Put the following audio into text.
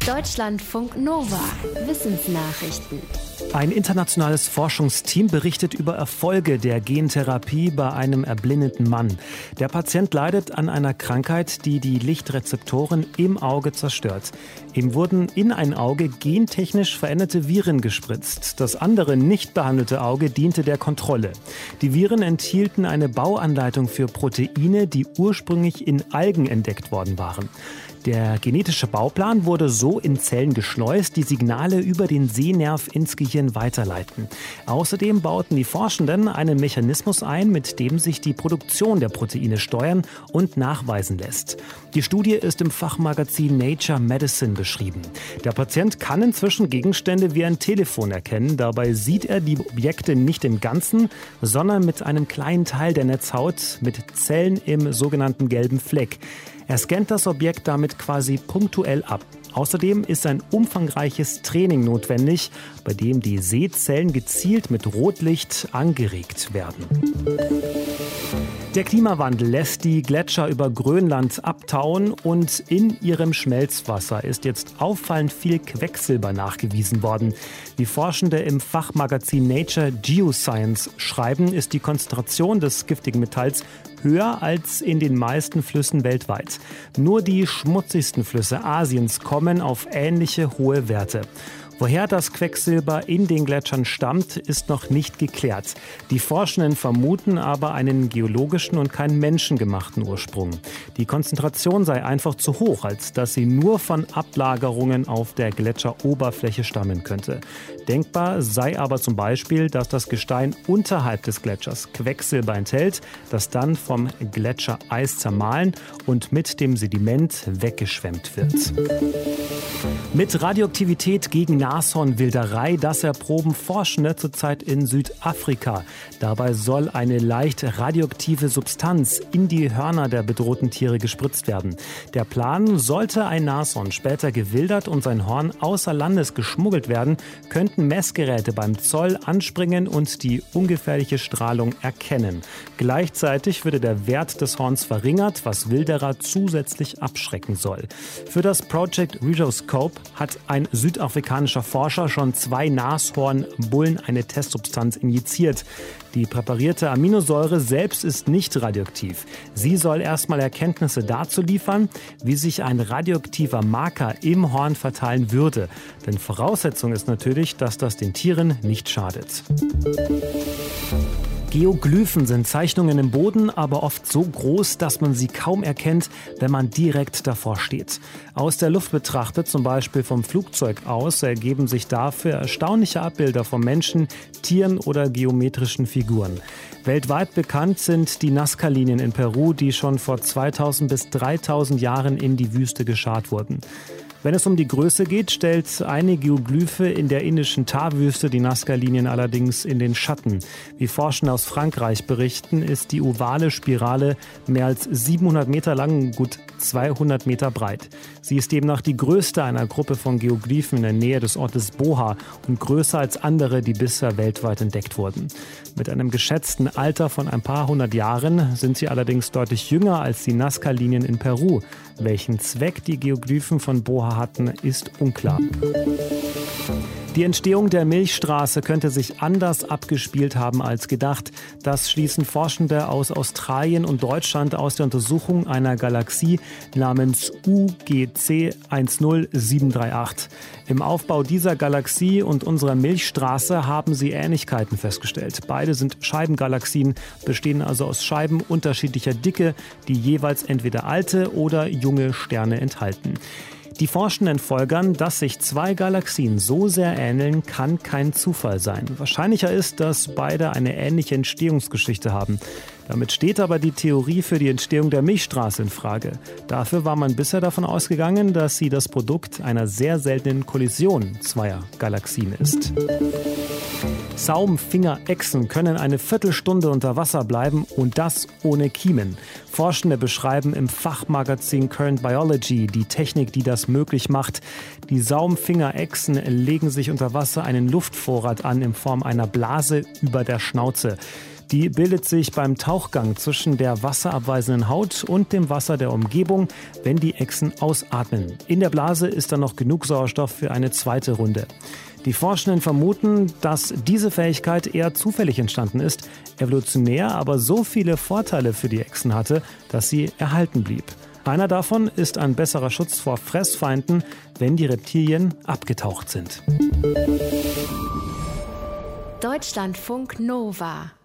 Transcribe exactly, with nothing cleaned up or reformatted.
Deutschlandfunk Nova. Wissensnachrichten. Ein internationales Forschungsteam berichtet über Erfolge der Gentherapie bei einem erblindeten Mann. Der Patient leidet an einer Krankheit, die die Lichtrezeptoren im Auge zerstört. Ihm wurden in ein Auge gentechnisch veränderte Viren gespritzt. Das andere nicht behandelte Auge diente der Kontrolle. Die Viren enthielten eine Bauanleitung für Proteine, die ursprünglich in Algen entdeckt worden waren. Der genetische Bauplan wurde so in Zellen geschleust, die Signale über den Sehnerv ins Gehirn weiterleiten. Außerdem bauten die Forschenden einen Mechanismus ein, mit dem sich die Produktion der Proteine steuern und nachweisen lässt. Die Studie ist im Fachmagazin Nature Medicine beschrieben. Der Patient kann inzwischen Gegenstände wie ein Telefon erkennen. Dabei sieht er die Objekte nicht im Ganzen, sondern mit einem kleinen Teil der Netzhaut mit Zellen im sogenannten gelben Fleck. Er scannt das Objekt damit quasi punktuell ab. Außerdem ist ein umfangreiches Training notwendig, bei dem die Sehzellen gezielt mit Rotlicht angeregt werden. Der Klimawandel lässt die Gletscher über Grönland abtauen und in ihrem Schmelzwasser ist jetzt auffallend viel Quecksilber nachgewiesen worden. Wie Forschende im Fachmagazin Nature Geoscience schreiben, ist die Konzentration des giftigen Metalls höher als in den meisten Flüssen weltweit. Nur die schmutzigsten Flüsse Asiens kommen auf ähnliche hohe Werte. Woher das Quecksilber in den Gletschern stammt, ist noch nicht geklärt. Die Forschenden vermuten aber einen geologischen und keinen menschengemachten Ursprung. Die Konzentration sei einfach zu hoch, als dass sie nur von Ablagerungen auf der Gletscheroberfläche stammen könnte. Denkbar sei aber zum Beispiel, dass das Gestein unterhalb des Gletschers Quecksilber enthält, das dann vom Gletschereis zermahlen und mit dem Sediment weggeschwemmt wird. Mit Radioaktivität gegen Nashornwilderei, das erproben Forschende zurzeit in Südafrika. Dabei soll eine leicht radioaktive Substanz in die Hörner der bedrohten Tiere gespritzt werden. Der Plan: sollte ein Nashorn später gewildert und sein Horn außer Landes geschmuggelt werden, könnten Messgeräte beim Zoll anspringen und die ungefährliche Strahlung erkennen. Gleichzeitig würde der Wert des Horns verringert, was Wilderer zusätzlich abschrecken soll. Für das Project Rheoscope hat ein südafrikanischer Forscher schon zwei Nashornbullen eine Testsubstanz injiziert. Die präparierte Aminosäure selbst ist nicht radioaktiv. Sie soll erstmal Erkenntnisse dazu liefern, wie sich ein radioaktiver Marker im Horn verteilen würde. Denn Voraussetzung ist natürlich, dass das den Tieren nicht schadet. Geoglyphen sind Zeichnungen im Boden, aber oft so groß, dass man sie kaum erkennt, wenn man direkt davor steht. Aus der Luft betrachtet, zum Beispiel vom Flugzeug aus, ergeben sich dafür erstaunliche Abbilder von Menschen, Tieren oder geometrischen Figuren. Weltweit bekannt sind die Nazca-Linien in Peru, die schon vor zweitausend bis dreitausend Jahren in die Wüste geschart wurden. Wenn es um die Größe geht, stellt eine Geoglyphe in der indischen Thar-Wüste die Nazca-Linien allerdings in den Schatten. Wie Forschende aus Frankreich berichten, ist die ovale Spirale mehr als siebenhundert Meter lang und gut zweihundert Meter breit. Sie ist demnach die größte einer Gruppe von Geoglyphen in der Nähe des Ortes Boha und größer als andere, die bisher weltweit entdeckt wurden. Mit einem geschätzten Alter von ein paar hundert Jahren sind sie allerdings deutlich jünger als die Nazca-Linien in Peru. Welchen Zweck die Geoglyphen von Boha hatten, ist unklar. Die Entstehung der Milchstraße könnte sich anders abgespielt haben als gedacht. Das schließen Forschende aus Australien und Deutschland aus der Untersuchung einer Galaxie namens U G C eins null sieben drei acht. Im Aufbau dieser Galaxie und unserer Milchstraße haben sie Ähnlichkeiten festgestellt. Beide sind Scheibengalaxien, bestehen also aus Scheiben unterschiedlicher Dicke, die jeweils entweder alte oder junge Sterne enthalten. Die Forschenden folgern, dass sich zwei Galaxien so sehr ähneln, kann kein Zufall sein. Wahrscheinlicher ist, dass beide eine ähnliche Entstehungsgeschichte haben. Damit steht aber die Theorie für die Entstehung der Milchstraße in Frage. Dafür war man bisher davon ausgegangen, dass sie das Produkt einer sehr seltenen Kollision zweier Galaxien ist. Saumfingerechsen können eine Viertelstunde unter Wasser bleiben und das ohne Kiemen. Forschende beschreiben im Fachmagazin Current Biology die Technik, die das möglich macht. Die Saumfingerechsen legen sich unter Wasser einen Luftvorrat an in Form einer Blase über der Schnauze. Die bildet sich beim Tauchgang zwischen der wasserabweisenden Haut und dem Wasser der Umgebung, wenn die Echsen ausatmen. In der Blase ist dann noch genug Sauerstoff für eine zweite Runde. Die Forschenden vermuten, dass diese Fähigkeit eher zufällig entstanden ist, evolutionär aber so viele Vorteile für die Echsen hatte, dass sie erhalten blieb. Einer davon ist ein besserer Schutz vor Fressfeinden, wenn die Reptilien abgetaucht sind. Deutschlandfunk Nova